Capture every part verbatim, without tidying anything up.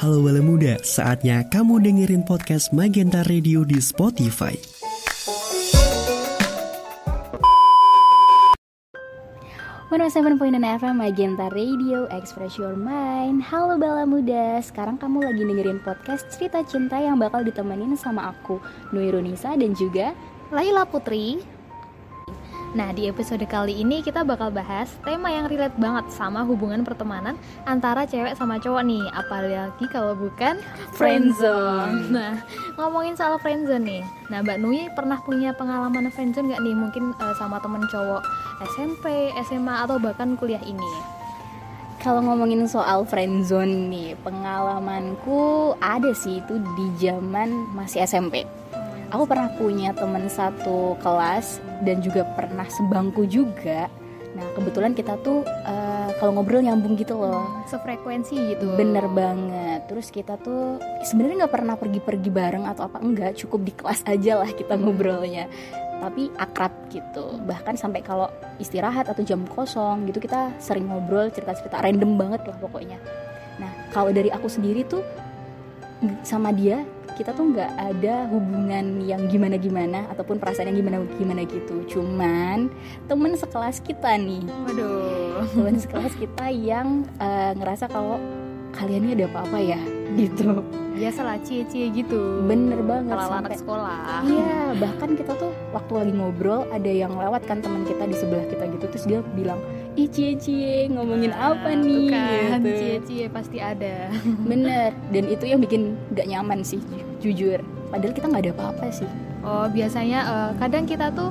Halo Bala Muda, saatnya kamu dengerin podcast Magenta Radio di Spotify. seratus tujuh koma enam F M Magenta Radio, Express Your Mind. Halo Bala Muda, sekarang kamu lagi dengerin podcast cerita cinta yang bakal ditemenin sama aku, Nuirunisa, dan juga Laila Putri. Nah, di episode kali ini kita bakal bahas tema yang relate banget sama hubungan pertemanan antara cewek sama cowok nih, apalagi kalau bukan friendzone. Nah, ngomongin soal friendzone nih. Nah, Mbak Nui pernah punya pengalaman friendzone nggak nih? Mungkin uh, sama temen cowok S M P, S M A, atau bahkan kuliah ini? Kalau ngomongin soal friendzone nih, pengalamanku ada sih itu di zaman masih S M P. Aku pernah punya teman satu kelas dan juga pernah sebangku juga. Nah, kebetulan kita tuh uh, kalau ngobrol nyambung gitu loh, sefrekuensi gitu. Bener banget. Terus kita tuh sebenarnya nggak pernah pergi-pergi bareng atau apa, enggak, cukup di kelas aja lah kita ngobrolnya. Tapi akrab gitu. Bahkan sampai kalau istirahat atau jam kosong gitu kita sering ngobrol, cerita-cerita random banget lah pokoknya. Nah, kalau dari aku sendiri tuh sama dia, kita tuh nggak ada hubungan yang gimana-gimana ataupun perasaan yang gimana-gimana gitu. Cuman temen sekelas kita nih, waduh, temen sekelas kita yang uh, ngerasa kalau kalian ini ada apa-apa ya gitu. Biasalah cie-cie gitu. Bener banget. Kalau anak sekolah. Iya, bahkan kita tuh waktu lagi ngobrol ada yang lewat kan teman kita di sebelah kita gitu, terus dia bilang, ih cie-cie ngomongin nah, apa nih kan, gitu. Cie-cie pasti ada. Bener, dan itu yang bikin gak nyaman sih jujur. Padahal kita gak ada apa-apa sih. Oh, biasanya uh, kadang kita tuh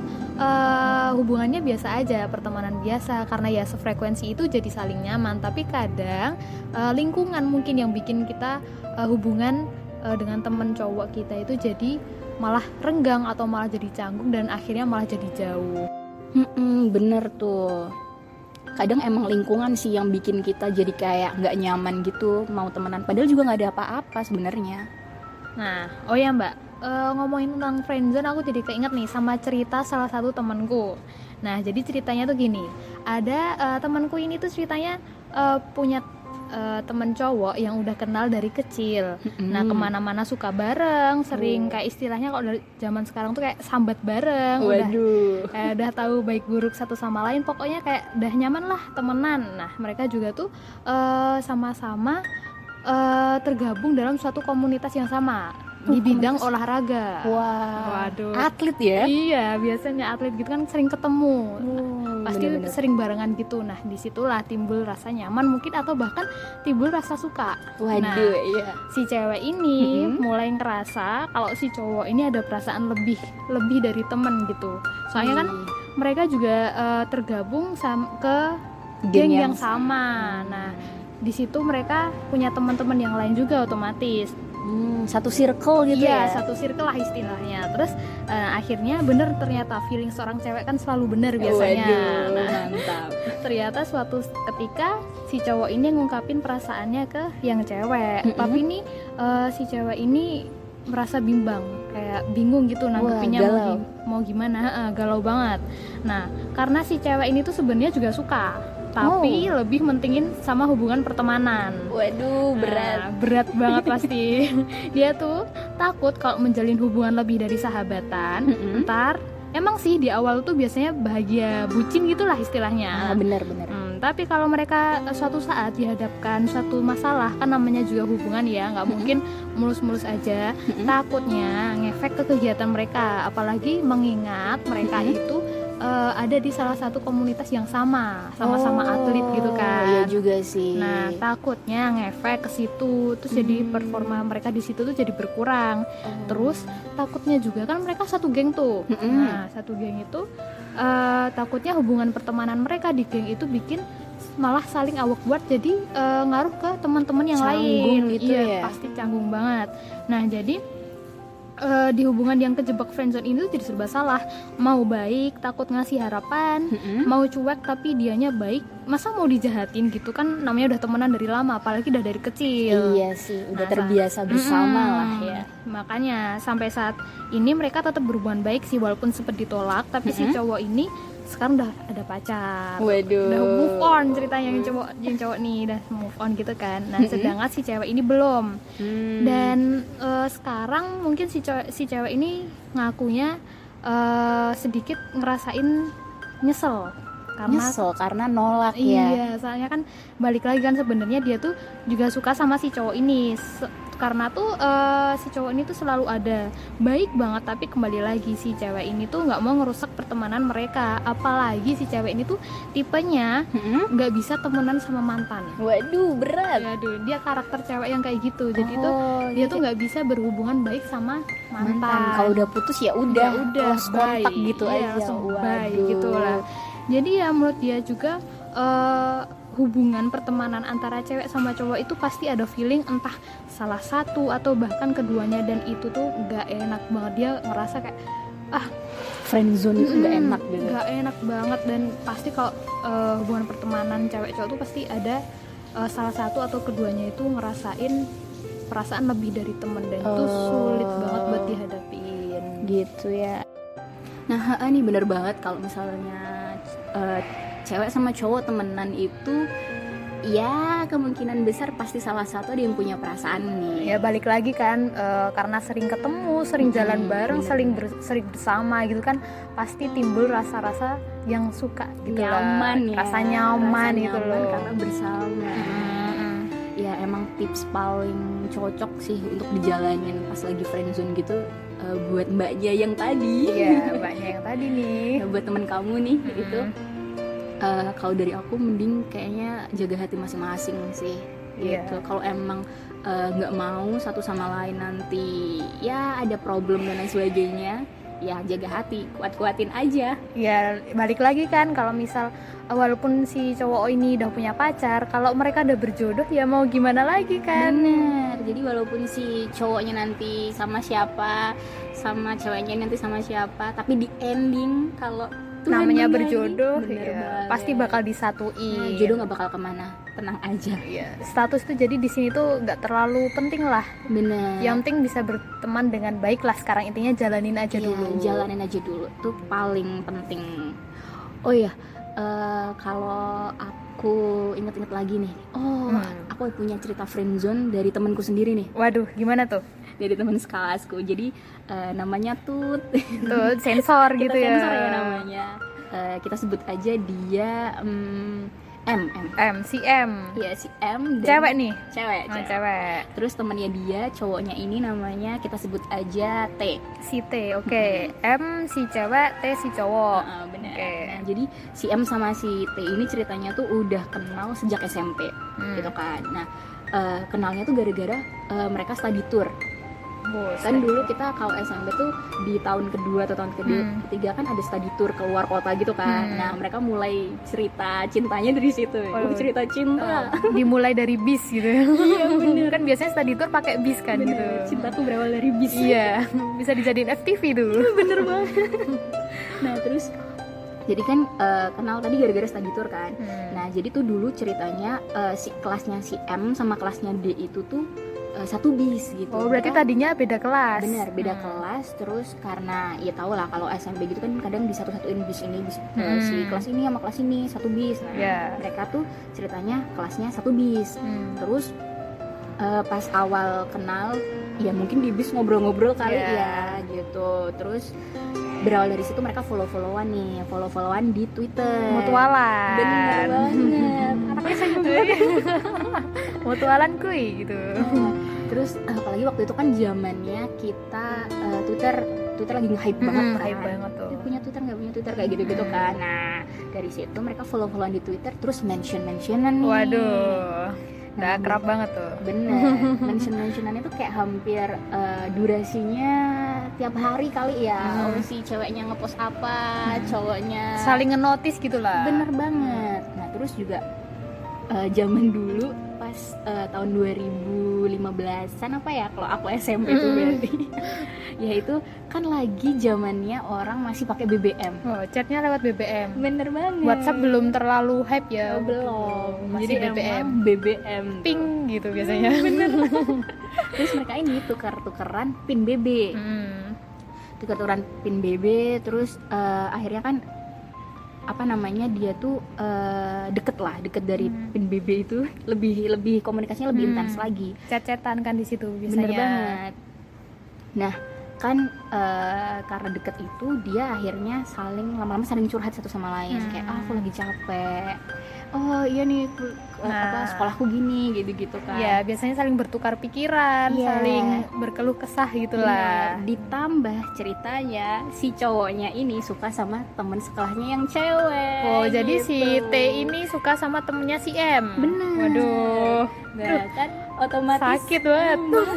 uh, hubungannya biasa aja, pertemanan biasa, karena ya sefrekuensi itu jadi saling nyaman. Tapi kadang uh, lingkungan mungkin yang bikin kita uh, hubungan uh, dengan temen cowok kita itu jadi malah renggang atau malah jadi canggung dan akhirnya malah jadi jauh. Mm-mm, bener tuh. Kadang emang lingkungan sih yang bikin kita jadi kayak nggak nyaman gitu mau temenan. Padahal juga nggak ada apa-apa sebenarnya. Nah, oh ya Mbak, uh, ngomongin tentang friendzone, aku jadi keinget nih sama cerita salah satu temanku. Nah, jadi ceritanya tuh gini, ada uh, temanku ini tuh ceritanya uh, punya uh, teman cowok yang udah kenal dari kecil. Mm-hmm. Nah, kemana-mana suka bareng, sering oh. kayak istilahnya kalau dari zaman sekarang tuh kayak sambat bareng. Waduh. Udah, eh, udah tahu baik buruk satu sama lain, pokoknya kayak udah nyaman lah temenan. Nah, mereka juga tuh uh, sama-sama Uh, tergabung dalam suatu komunitas yang sama di bidang komunitas olahraga. Wah, waduh, atlet ya? Iya, biasanya atlet gitu kan sering ketemu, oh, pasti bener-bener sering barangan gitu. Nah, disitulah timbul rasa nyaman mungkin atau bahkan timbul rasa suka. Waduh, nah, iya. Si cewek ini mm-hmm. mulai ngerasa kalau si cowok ini ada perasaan lebih lebih dari temen gitu. Soalnya hmm. kan mereka juga uh, tergabung sam- ke geng, geng yang, yang sama. Nah, di situ mereka punya teman-teman yang lain juga otomatis. Hmm, satu circle gitu iya, ya. Iya, satu circle lah istilahnya. Terus uh, akhirnya bener ternyata feeling seorang cewek kan selalu bener biasanya. Waduh, nah, mantap. Ternyata suatu ketika si cowok ini ngungkapin perasaannya ke yang cewek. Mm-hmm. Tapi ini uh, si cewek ini merasa bimbang, kayak bingung gitu nanggepinnya mau, gi- mau gimana, uh, galau banget. Nah, karena si cewek ini tuh sebenarnya juga suka, tapi oh. lebih mentingin sama hubungan pertemanan. Waduh, berat. Nah, berat banget pasti. Dia tuh takut kalau menjalin hubungan lebih dari sahabatan, mm-hmm. ntar emang sih di awal tuh biasanya bahagia bucin gitulah istilahnya. Ah, benar-benar. Hmm, tapi kalau mereka suatu saat dihadapkan suatu masalah, kan namanya juga hubungan ya, nggak mungkin mulus-mulus aja. Mm-hmm. Takutnya ngefek ke kegiatan mereka, apalagi mengingat mereka mm-hmm. itu Uh, ada di salah satu komunitas yang sama, sama-sama oh, atlet gitu kan. Iya juga sih. Nah, takutnya ngefek ke situ, terus hmm. jadi performa mereka di situ tuh jadi berkurang. Oh. Terus takutnya juga kan mereka satu geng tuh. Hmm. Nah, satu geng itu uh, takutnya hubungan pertemanan mereka di geng itu bikin malah saling awkward buat jadi uh, ngaruh ke teman-teman yang canggung lain. Gitu iya, ya? Pasti canggung banget. Nah, jadi Uh, di hubungan yang kejebak friendzone ini tuh jadi serba salah. Mau baik takut ngasih harapan, mm-hmm. mau cuek tapi dianya baik, masa mau dijahatin gitu kan, namanya udah temenan dari lama, apalagi udah dari kecil. Iya sih, udah nah, terbiasa bersama mm-hmm. lah ya. Makanya sampai saat ini mereka tetap berhubungan baik sih, walaupun sempat ditolak, tapi mm-hmm. si cowok ini sekarang udah ada pacar. Waduh. Udah move on ceritanya yang cowok yang cowok nih udah move on gitu kan. Nah, sedangkan si cewek ini belum. Hmm. Dan uh, sekarang mungkin si cewek si cewek ini ngakunya uh, sedikit ngerasain nyesel karena nyesel karena nolak ya. Iya, soalnya kan balik lagi kan sebenarnya dia tuh juga suka sama si cowok ini. Se- karena tuh uh, si cowok ini tuh selalu ada, baik banget, tapi kembali lagi si cewek ini tuh nggak mau ngerusak pertemanan mereka. Apalagi si cewek ini tuh tipenya nggak hmm? bisa temenan sama mantan. Waduh, berat. Waduh, dia karakter cewek yang kayak gitu. Jadi oh, tuh dia jadi... tuh nggak bisa berhubungan baik sama mantan. mantan. Kalau udah putus ya udah, ya udah kontak gitu iya, aja. Baik gitu lah. Jadi ya menurut dia juga uh, hubungan pertemanan antara cewek sama cowok itu pasti ada feeling entah salah satu atau bahkan keduanya, dan itu tuh nggak enak banget. Dia ngerasa kayak ah friendzone itu nggak enak gitu. Nggak enak banget, dan pasti kalau uh, hubungan pertemanan cewek cowok tuh pasti ada uh, salah satu atau keduanya itu ngerasain perasaan lebih dari temen, dan itu oh. sulit banget buat dihadapin gitu ya. Nah, ini bener banget kalau misalnya uh, cewek sama cowok temenan itu ya kemungkinan besar pasti salah satu ada yang punya perasaan nih. Ya balik lagi kan uh, karena sering ketemu, sering jalan hmm, bareng, bener. sering ber, sering bersama gitu kan, pasti timbul rasa-rasa yang suka gitu nyaman lah. Ya, rasa nyaman rasa gitu nyaman loh karena bersama. Hmm. Ya emang tips paling cocok sih untuk dijalanin pas lagi friendzone gitu uh, buat mbaknya yang tadi. Iya, mbaknya yang tadi nih. Nah, buat temen kamu nih hmm. itu Uh, kalau dari aku mending kayaknya jaga hati masing-masing sih gitu. Yeah. Kalau emang nggak uh, mau satu sama lain nanti ya ada problem dan lain sebagainya, ya jaga hati, kuat-kuatin aja. Ya balik lagi kan kalau misal uh, walaupun si cowok ini udah punya pacar, kalau mereka udah berjodoh ya mau gimana lagi kan. Bener. Jadi walaupun si cowoknya nanti sama siapa, sama ceweknya nanti sama siapa, tapi di ending kalau Tuhan namanya berjodoh ya, pasti bakal disatuin. Nah, jodoh nggak bakal kemana, tenang aja. Ya, status tuh jadi di sini tuh nggak terlalu penting lah. Bener. Yang penting bisa berteman dengan baik lah. Sekarang intinya jalanin aja ya, dulu. Jalanin aja dulu, tuh paling penting. Oh iya, uh, kalau aku inget-inget lagi nih, oh hmm. aku punya cerita friendzone dari temanku sendiri nih. Waduh, gimana tuh? Dari teman sekelasku, jadi uh, namanya Tut. Tuh sensor gitu ya. Sensor ya namanya. Uh, kita sebut aja dia um, M M M si M. Iya si M. Cewek nih. Cewek. Oh, cewek. cewek. Terus temannya dia, cowoknya ini namanya kita sebut aja T. Si T, oke. Okay. Hmm. M si cewek, T si cowok. Uh, benar. Okay. Nah, jadi si M sama si T ini ceritanya tuh udah kenal sejak S M P, hmm. gitu kan. Nah, uh, kenalnya tuh gara-gara uh, mereka study tour. Oh, kan dulu kita kalau S M P tuh di tahun kedua atau tahun kedua, hmm. ketiga kan ada study tour keluar kota gitu kan. Hmm. Nah mereka mulai cerita cintanya dari situ. Oh, oh cerita cinta. Oh, dimulai dari bis gitu. Iya bener. Kan biasanya study tour pakai bis kan. Bener. Gitu. Cintaku berawal dari bis. Iya. Bisa dijadiin F T V tuh. Bener banget. Nah terus jadi kan uh, kenal tadi gara-gara study tour kan. Hmm. Nah jadi tuh dulu ceritanya uh, si kelasnya si M sama kelasnya D itu tuh Uh, satu bis gitu. Oh berarti mereka, tadinya beda kelas. Bener beda hmm. kelas. Terus karena ya tau lah kalau S M P gitu kan kadang di satu-satuin bis ini bis hmm. uh, si kelas ini sama kelas ini satu bis. Nah yeah. mereka tuh ceritanya kelasnya satu bis. Hmm. Terus uh, pas awal kenal ya mungkin di bis ngobrol-ngobrol kali yeah. ya gitu. Terus berawal dari situ mereka follow-followan nih, follow-followan di Twitter. Mutualan. Bener banget. Anaknya saya banget. Mutualan kuy gitu. Nah, terus apalagi waktu itu kan zamannya kita uh, Twitter Twitter lagi nge-hype hmm, banget kan. Hype banget tuh. Punya Twitter nggak punya Twitter kayak gitu-gitu kan. Nah, dari situ mereka follow-followan di Twitter terus mention-mentionan nih. Waduh. Udah akrab nah, banget tuh. Bener. Mention-mentionan itu kayak hampir uh, durasinya tiap hari kali ya. Hmm. Oh si ceweknya ngepost apa, hmm. cowoknya saling nge-notice gitu lah. Bener banget. Nah, terus juga uh, zaman dulu pas uh, tahun dua ribu lima belasan apa ya kalau aku S M P itu berarti. Ya itu kan lagi zamannya orang masih pakai B B M. Oh, chatnya lewat B B M. Bener banget. WhatsApp belum terlalu hype ya. Oh, belum. Masih jadi B B M. B B M. Ping gitu biasanya. Bener. Terus mereka ini tukar-tukeran pin B B. Hmm. Tukar-tukeran pin B B terus uh, akhirnya kan apa namanya dia tuh uh, deket lah, deket dari Hmm. pin B B itu lebih lebih komunikasinya lebih Hmm. intens lagi. Chat-chatan kan di situ biasanya. Bener banget. Nah kan uh, karena deket itu dia akhirnya saling lama-lama saling curhat satu sama lain. Hmm. Kayak ah, aku lagi capek. Oh iya nih ku- uh, apa Nah. sekolahku gini gitu-gitu kan. Ya, biasanya saling bertukar pikiran, Iya. saling berkeluh kesah gitulah. Bener. Ditambah ceritanya si cowoknya ini suka sama temen sekolahnya yang cewek. Oh, jadi gitu. si T ini suka sama temennya si M. Bener. Waduh, Nah, kan otomatis sakit banget.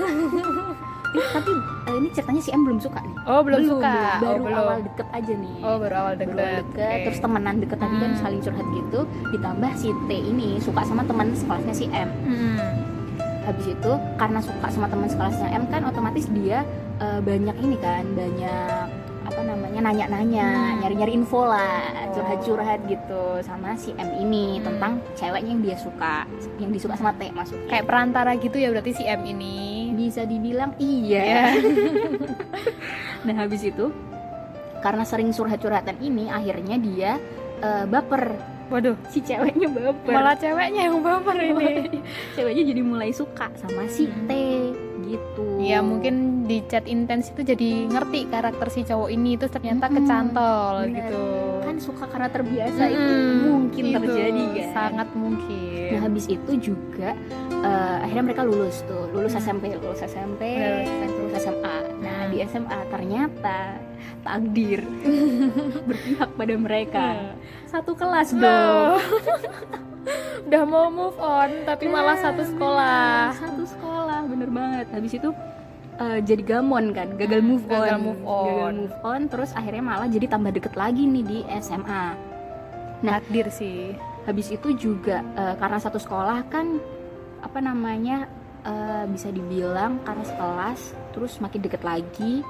Eh, tapi eh, ini ceritanya si M belum suka nih. Oh, belum, suka. Baru oh, belum. awal deket aja nih. Oh, baru awal deket. Baru awal deket, Oke. terus temenan deket tadi kan Hmm. saling curhat gitu. Ditambah si T ini suka sama teman sekolahnya si M. Hmm. Habis itu karena suka sama teman sekolahnya M kan otomatis dia eh, banyak ini kan, banyak apa namanya nanya-nanya, Hmm. nyari-nyari info lah, Oh. curhat-curhat gitu sama si M ini Hmm. tentang ceweknya yang dia suka, yang disuka sama T maksudnya. Kayak perantara gitu ya berarti si M ini. Bisa dibilang iya. Nah habis itu karena sering curhat-curhatan ini akhirnya dia eh, baper. Waduh, Si ceweknya baper. malah ceweknya yang baper ini. Ceweknya jadi mulai suka sama si Hmm. T gitu. Ya mungkin di chat intens itu jadi ngerti karakter si cowok ini, terus ternyata Mm-mm. kecantol Bener. gitu. Kan suka karena terbiasa itu Mm-mm. mungkin Itu terjadi kan. sangat mungkin. Nah habis itu juga eh, akhirnya mereka lulus tuh, lulus Hmm. S M P, lulus S M P, Lulus. lulus S M A. Nah Hmm. di S M A ternyata takdir berpihak pada mereka. Satu kelas dong. Loh. Udah mau move on tapi malah satu sekolah. Satu sekolah, bener banget. Habis itu eh, jadi gamon kan, gagal Hmm, move on. gagal move on. Gagal move on, terus akhirnya malah jadi tambah deket lagi nih di S M A. Nah, Takdir sih. habis itu juga eh, karena satu sekolah kan apa namanya eh, bisa dibilang karena sekelas, terus makin deket lagi,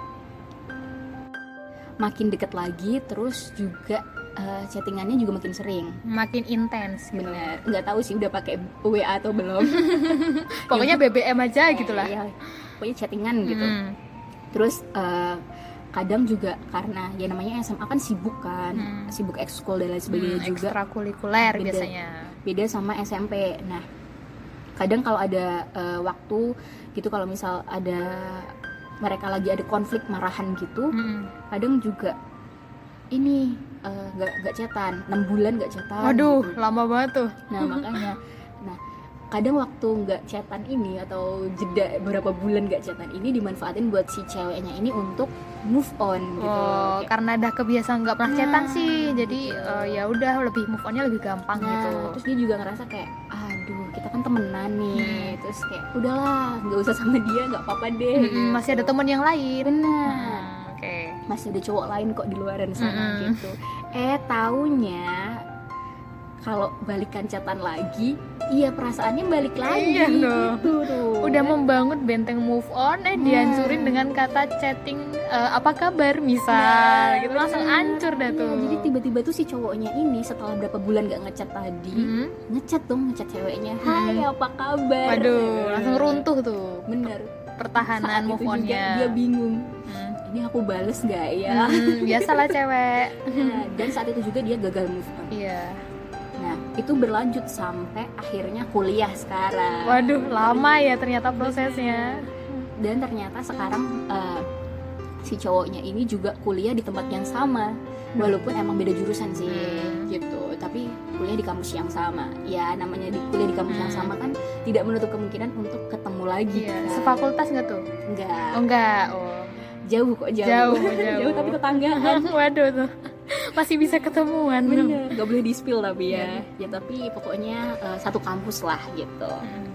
makin deket lagi, terus juga eh, chattingannya juga makin sering. Makin intens gitu. Bener, nggak tahu sih udah pakai W A atau belum. Pokoknya B B M aja gitulah. Ya, pokoknya chattingan gitu. Mm. Terus eh, kadang juga karena ya namanya S M A kan sibuk kan, Hmm. sibuk ekskul dan lain sebagainya Hmm, juga. ekstrakurikuler Beda. biasanya. Beda sama S M P. Nah, kadang kalau ada eh, waktu gitu, kalau misal ada mereka lagi ada konflik marahan gitu, Mm-mm. kadang juga ini eh, nggak nggak chatan, enam bulan nggak chatan. Waduh, gitu. lama banget tuh. Nah makanya, nah kadang waktu nggak chatan ini atau jeda beberapa bulan nggak chatan ini dimanfaatin buat si ceweknya ini untuk move on gitu. Oh, Kayak, karena dah kebiasaan nggak pernah Nah, chatan sih, jadi gitu. eh, ya udah lebih move onnya lebih gampang nah, gitu. terus dia juga ngerasa kayak, aduh kita kan temenan nih, Hmm. terus kayak udahlah nggak usah sama dia, nggak apa-apa deh. Mm-mm, gitu. masih ada teman yang lain. Benar. Hmm, Oke. Masih ada cowok lain kok di luaran sana Mm-mm. gitu. Eh taunya kalau balikan chatan lagi, iya perasaannya balik lagi. Iya dong. Gitu tuh. Udah membangun benteng move on, eh dihancurin Nah. dengan kata chatting eh, apa kabar misal, Nah, gitu langsung bener. hancur dah Iya, tuh. jadi tiba-tiba tuh si cowoknya ini setelah berapa bulan gak ngechat tadi, Hmm. ngechat dong, ngechat ceweknya, Hmm. hai apa kabar. Waduh, langsung runtuh tuh Bener. pertahanan Saat move itu juga on-nya. dia bingung, Hmm. ini aku bales gak ya? Hmm, biasalah cewek. Nah, dan saat itu juga dia gagal move on. Iya. Nah itu berlanjut sampai akhirnya kuliah sekarang. Waduh, lama ya ternyata prosesnya. Dan ternyata sekarang eh, si cowoknya ini juga kuliah di tempat yang sama, walaupun emang beda jurusan sih Hmm. gitu, tapi kuliah di kampus yang sama. Ya namanya di kuliah di kampus yang Hmm. sama kan tidak menutup kemungkinan untuk ketemu lagi. Iya, kan. sefakultas nggak tuh? Enggak, Oh enggak, oh. jauh kok jauh. Jauh, jauh. Jauh tapi tetanggaan. Waduh tuh. Masih bisa ketemuan. Bener, nggak boleh di spill tapi ya. Iya. Ya tapi pokoknya eh, satu kampus lah gitu.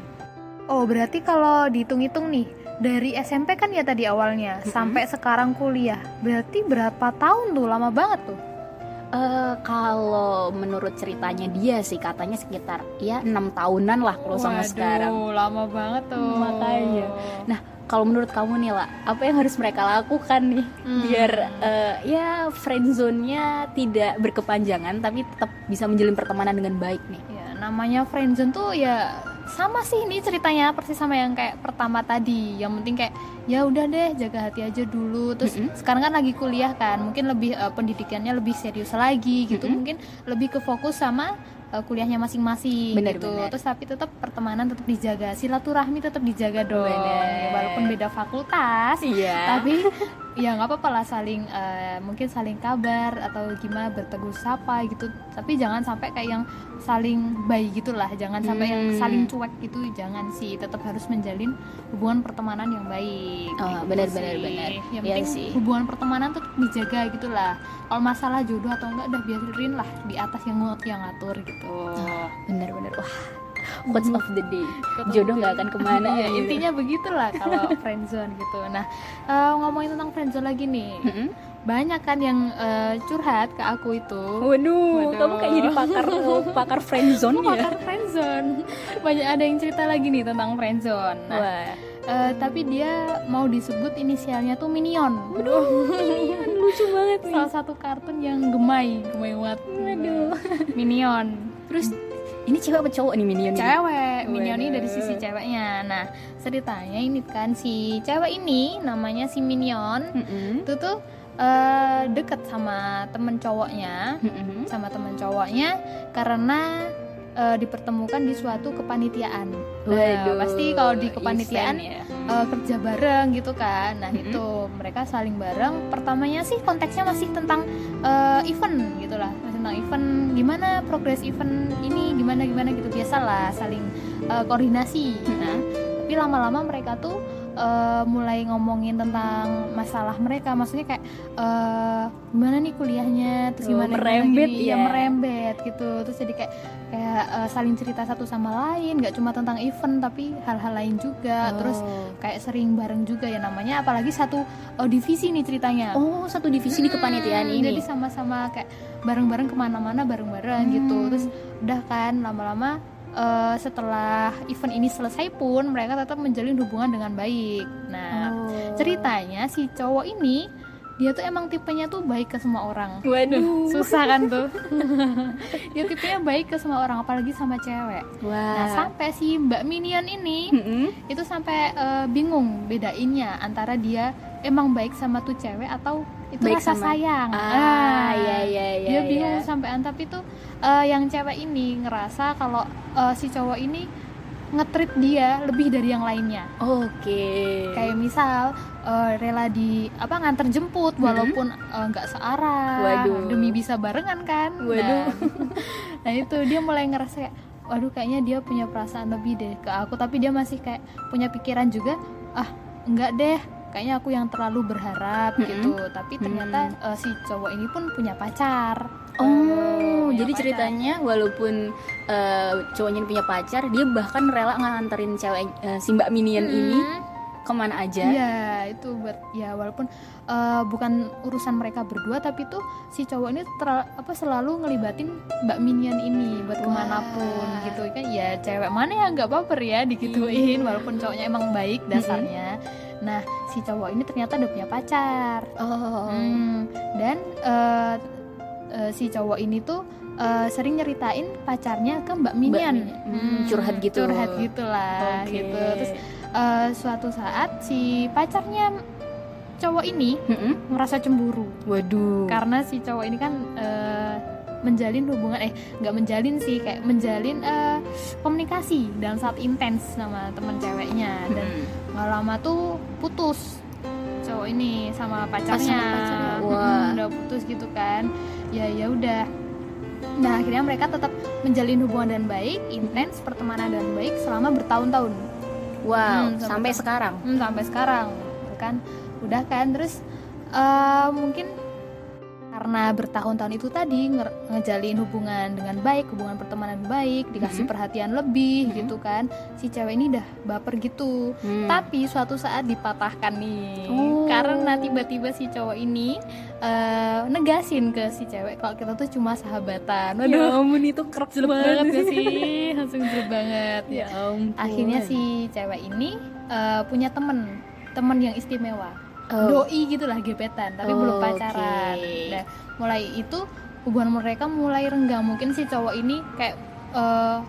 Oh, berarti kalau dihitung-hitung nih, dari S M P kan ya tadi awalnya, Mm-mm. sampai sekarang kuliah. Berarti berapa tahun tuh? Lama banget tuh. Eh kalau menurut ceritanya dia sih katanya sekitar ya enam tahunan lah kalau sama sekarang. lama banget tuh. Makanya. Nah, kalau menurut kamu nih lah, apa yang harus mereka lakukan nih Hmm. biar eh, ya friendzone-nya tidak berkepanjangan tapi tetap bisa menjalin pertemanan dengan baik nih? Ya, namanya friendzone tuh ya sama sih ini ceritanya persis sama yang kayak pertama tadi. Yang penting kayak ya udah deh jaga hati aja dulu. Terus mm-hmm. sekarang kan lagi kuliah kan, mungkin lebih uh, pendidikannya lebih serius lagi gitu. Mm-hmm. Mungkin lebih ke fokus sama uh, kuliahnya masing-masing. Bener, gitu. bener. Terus tapi tetap pertemanan tetap dijaga, silaturahmi tetap dijaga dong. Bener. Walaupun beda fakultas, iya. tapi ya nggak apa-apa lah saling uh, mungkin saling kabar atau gimana bertegur sapa gitu. Tapi jangan sampai kayak yang saling bayi gitulah, jangan sampai hmm. yang saling cuek gitu, jangan sih, tetap harus menjalin hubungan pertemanan yang baik. Oh, gitu benar-benar sih. benar. Yang Ya penting sih. hubungan pertemanan tetap dijaga gitulah. Kalau masalah jodoh atau enggak udah biarin lah di atas yang yang ngatur gitu. Oh, benar-benar. Wah, quotes of the day. Quotes Jodoh of the nggak day. akan kemana. Ya, gitu. intinya begitulah kalau friendzone gitu. Nah, uh, ngomongin tentang friendzone lagi nih. Mm-hmm. Banyak kan yang uh, curhat ke aku itu. Waduh, Waduh. kamu kayak jadi pakar pakar friendzone Aku ya. pakar friendzone. Banyak ada yang cerita lagi nih tentang friendzone. Nah, Wah, uh, tapi dia mau disebut inisialnya tuh Minion. waduh, Minion lucu banget nih. Salah satu kartun yang gemai, gemai banget. Waduh. Minion. Terus ini cewek apa cowok nih Minion ini? Cewek, Minion ini Waduh. dari sisi ceweknya. Nah, ceritanya ini kan si cewek ini namanya si Minion. Mm-mm. Itu tuh uh, deket sama temen cowoknya, Mm-mm. sama temen cowoknya karena uh, dipertemukan di suatu kepanitiaan. Nah, Waduh, pasti kalau di kepanitiaan event ya. uh, kerja bareng gitu kan. Nah, Mm-hmm. itu mereka saling bareng. Pertamanya sih konteksnya masih tentang uh, event gitulah, masih tentang event, gimana progres event ini, gimana gimana gitu, biasalah saling uh, koordinasi. Nah, tapi lama-lama mereka tuh uh, mulai ngomongin tentang masalah mereka, maksudnya kayak uh, gimana nih kuliahnya, terus Oh, gimana gimana merembet gini. ya. Ya, merembet gitu. Terus jadi kayak kayak uh, saling cerita satu sama lain, nggak cuma tentang event tapi hal-hal lain juga. Oh. Terus kayak sering bareng juga ya namanya, apalagi satu uh, divisi nih ceritanya. Oh, satu divisi di kepanitiaan Hmm, ini. Jadi sama-sama kayak bareng-bareng kemana-mana bareng-bareng Hmm. gitu. Terus udah kan lama-lama uh, setelah event ini selesai pun mereka tetap menjalin hubungan dengan baik. Nah, Oh. ceritanya si cowok ini dia tuh emang tipenya tuh baik ke semua orang. Waduh. Susah kan tuh. Dia tipenya baik ke semua orang, apalagi sama cewek. Wah. Nah, sampai si Mbak Minion ini Mm-mm. itu sampai uh, bingung bedainnya antara dia emang baik sama tuh cewek atau itu Baik rasa sama- sayang. Ah, iya iya iya. Dia bingung iya. sampean, tapi tuh uh, yang cewek ini ngerasa kalau uh, si cowok ini nge-treat dia lebih dari yang lainnya. Oke. Kayak misal uh, rela di apa nganter jemput walaupun uh, nggak searah. Waduh. Demi bisa barengan kan. Waduh. Nah, nah itu dia mulai ngerasa kayak, waduh kayaknya dia punya perasaan lebih deh ke aku, tapi dia masih kayak punya pikiran juga, ah enggak deh, kayaknya aku yang terlalu berharap Mm-mm. gitu. Tapi ternyata uh, si cowok ini pun punya pacar. Oh, punya jadi pacar. ceritanya walaupun uh, cowoknya ini punya pacar, dia bahkan rela nganterin cewek uh, si Mbak Minion ini Hmm. kemana aja. Iya, itu buat ya walaupun uh, bukan urusan mereka berdua, tapi tuh si cowok ini ter- apa selalu ngelibatin Mbak Minion ini buat Wah. kemanapun gitu kan. Ya cewek mana yang nggak baper ya digituin, walaupun cowoknya emang baik dasarnya. Nah, si cowok ini ternyata udah punya pacar. Oh. Hmm, dan uh, uh, si cowok ini tuh uh, sering nyeritain pacarnya ke Mbak Minion. Minion. Hmm, curhat gitu. Curhat gitulah Oke. gitu. Terus Uh, suatu saat si pacarnya cowok ini Mm-mm. merasa cemburu Waduh. karena si cowok ini kan uh, menjalin hubungan eh nggak menjalin sih kayak menjalin uh, komunikasi dalam saat intens sama teman ceweknya, dan Mm-mm. nggak lama tuh putus cowok ini sama pacarnya. sama pacarnya. Mm, Wah. udah putus gitu kan, ya ya udah. Nah akhirnya mereka tetap menjalin hubungan dengan baik, intens, pertemanan dengan baik selama bertahun-tahun. Wow, Hmm, sampai sampai- sekarang. Hmm, sampai sekarang kan udah kan. Terus uh, mungkin karena bertahun-tahun itu tadi nge- ngejalin hubungan dengan baik, hubungan pertemanan baik, dikasih Mhm. perhatian lebih Mhm. gitu kan, si cewek ini udah baper gitu. Hmm. Tapi suatu saat dipatahkan nih Oh. karena tiba-tiba si cowok ini uh, negasin ke si cewek kalau kita tuh cuma sahabatan. Ya ampun, itu kerap jelek banget gak sih? Langsung jelek banget. Ya ampun. Akhirnya si cewek ini uh, punya temen temen yang istimewa, Oh. doi gitulah, gebetan tapi Oh, belum pacaran. oke. Nah, mulai itu hubungan mereka mulai renggang. Mungkin si cowok ini kayak uh,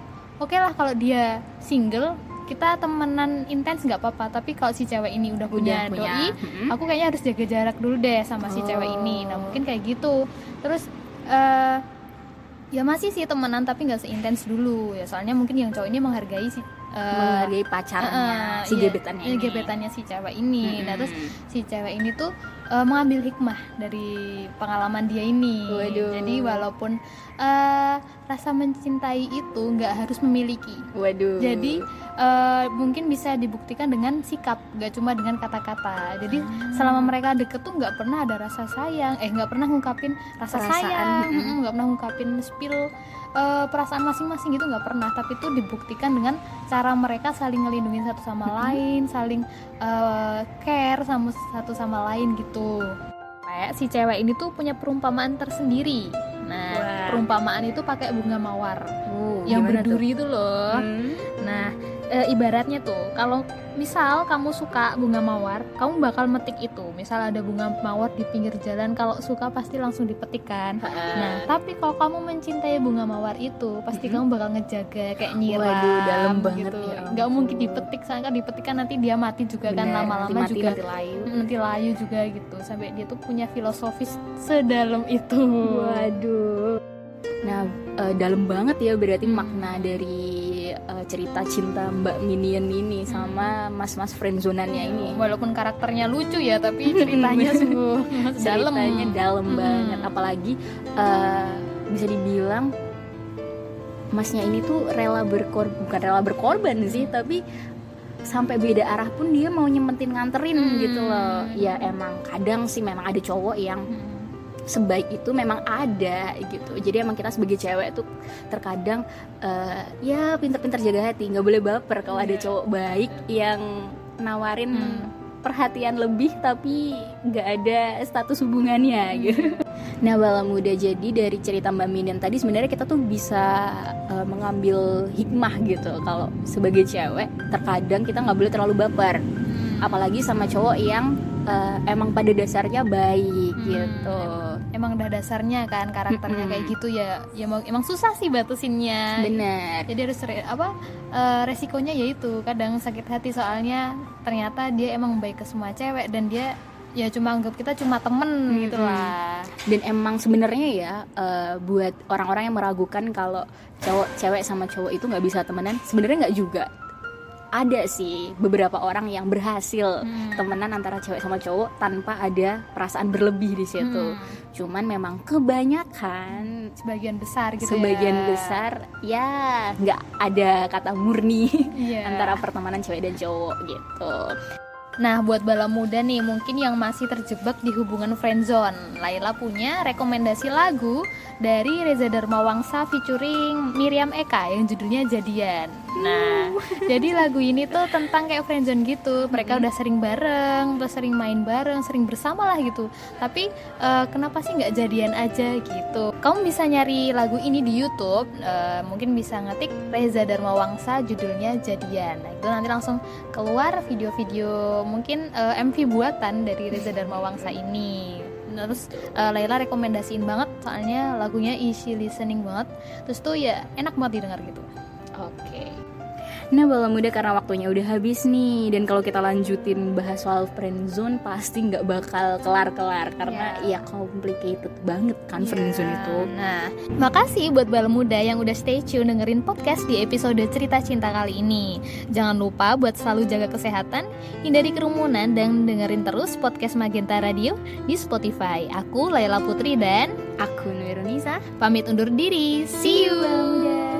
oke lah kalau dia single kita temenan intens nggak apa-apa, tapi kalau si cewek ini udah punya Udah punya. doi, Mm-mm. aku kayaknya harus jaga jarak dulu deh sama si Oh. cewek ini. Nah mungkin kayak gitu. Terus eh ya masih sih temenan tapi nggak seintens dulu ya, soalnya mungkin yang cowok ini menghargai si eh, Menghargai pacarnya, eh, si iya, gebetannya iya, ini. gebetannya si cewek ini. Mm-mm. Nah terus si cewek ini tuh eh, mengambil hikmah dari pengalaman dia ini. Waduh. Jadi walaupun eh, rasa mencintai itu nggak harus memiliki. Waduh. Jadi eh, mungkin bisa dibuktikan dengan sikap, nggak cuma dengan kata-kata. Jadi Ah. selama mereka deket tuh nggak pernah ada rasa sayang, eh nggak pernah ngungkapin rasa Perasaan, sayang, mm-mm. mm-mm, nggak pernah ngungkapin spill eh, perasaan masing-masing gitu, nggak pernah. Tapi itu dibuktikan dengan cara mereka saling ngelindungin satu sama lain, saling eh, care sama satu sama lain gitu. Kayak si cewek ini tuh punya perumpamaan tersendiri. Nah, Wah. perumpamaan itu pakai bunga mawar Oh, yang gimana tuh? berduri itu loh. Hmm. Nah, e, ibaratnya tuh kalau misal kamu suka bunga mawar, kamu bakal metik itu. Misal ada bunga mawar di pinggir jalan, kalau suka pasti langsung dipetik kan. Nah, tapi kalau kamu mencintai bunga mawar itu, pasti Mm-mm. kamu bakal ngejaga kayak nyiram. Waduh, dalam banget gitu. ya Nggak ampun. mungkin dipetik, soalnya kan dipetik kan nanti dia mati juga kan, Bener, lama-lama nanti mati, juga mati layu. nanti layu juga gitu. Sampai dia tuh punya filosofis sedalam itu. Waduh. Nah, eh, dalam banget ya berarti Hmm. makna dari eh, cerita cinta Mbak Minion ini sama mas-mas friendzonannya ini. Walaupun karakternya lucu ya, tapi ceritanya sungguh dalam. Ceritanya dalam Hmm. banget, apalagi eh, bisa dibilang masnya ini tuh rela berkorban, bukan rela berkorban sih, tapi sampai beda arah pun dia mau nyementin nganterin Hmm. gitu loh. Ya emang kadang sih memang ada cowok yang Hmm. sebaik itu, memang ada gitu. Jadi emang kita sebagai cewek tuh terkadang eh, ya pinter-pinter jaga hati, nggak boleh baper kalau ada Iya. cowok baik yang nawarin Hmm. perhatian lebih tapi nggak ada status hubungannya gitu. Nah, bala muda, jadi dari cerita Mbak Minion tadi sebenarnya kita tuh bisa eh, mengambil hikmah gitu. Kalau sebagai cewek terkadang kita nggak boleh terlalu baper, Hmm. apalagi sama cowok yang eh, emang pada dasarnya baik Hmm. gitu. Emang udah dasarnya kan karakternya Mm-mm. kayak gitu ya. Ya mau- emang susah sih batasinnya. Bener. Jadi harus re- apa eh, resikonya yaitu kadang sakit hati, soalnya ternyata dia emang baik ke semua cewek dan dia ya cuma anggap kita cuma temen Mm-mm. gitu lah. Dan emang sebenarnya ya eh, buat orang-orang yang meragukan kalau cowok cewek sama cowok itu nggak bisa temenan, sebenarnya nggak juga. Ada sih beberapa orang yang berhasil Hmm. temenan antara cewek sama cowok tanpa ada perasaan berlebih di situ. Hmm. Cuman memang kebanyakan, Sebagian besar gitu sebagian ya. besar ya nggak ada kata murni Iya. antara pertemanan cewek dan cowok gitu. Nah, buat bala muda nih mungkin yang masih terjebak di hubungan friendzone, Laila punya rekomendasi lagu dari Reza Darmawangsa featuring Miriam Eka yang judulnya Jadian. Nah, jadi lagu ini tuh tentang kayak friendzone gitu. Mereka udah sering bareng, terus sering main bareng, sering bersama lah gitu. Tapi eh, kenapa sih nggak jadian aja gitu? Kamu bisa nyari lagu ini di YouTube, eh, mungkin bisa ngetik Reza Darmawangsa judulnya Jadian. Nah, itu nanti langsung keluar video-video mungkin eh, M V buatan dari Reza Darmawangsa ini. Terus eh, Laila rekomendasiin banget soalnya lagunya easy listening banget. Terus tuh ya enak banget didengar gitu. Oke. Nah, bala muda, karena waktunya udah habis nih, dan kalau kita lanjutin bahas soal friendzone pasti nggak bakal kelar-kelar karena ya complicated banget kan friendzone itu. Nah, makasih buat bala muda yang udah stay tune dengerin podcast di episode cerita cinta kali ini. Jangan lupa buat selalu jaga kesehatan, hindari kerumunan, dan dengerin terus podcast Magenta Radio di Spotify. Aku Laila Putri dan Aku Nurunisa. pamit undur diri. See you. Bala muda.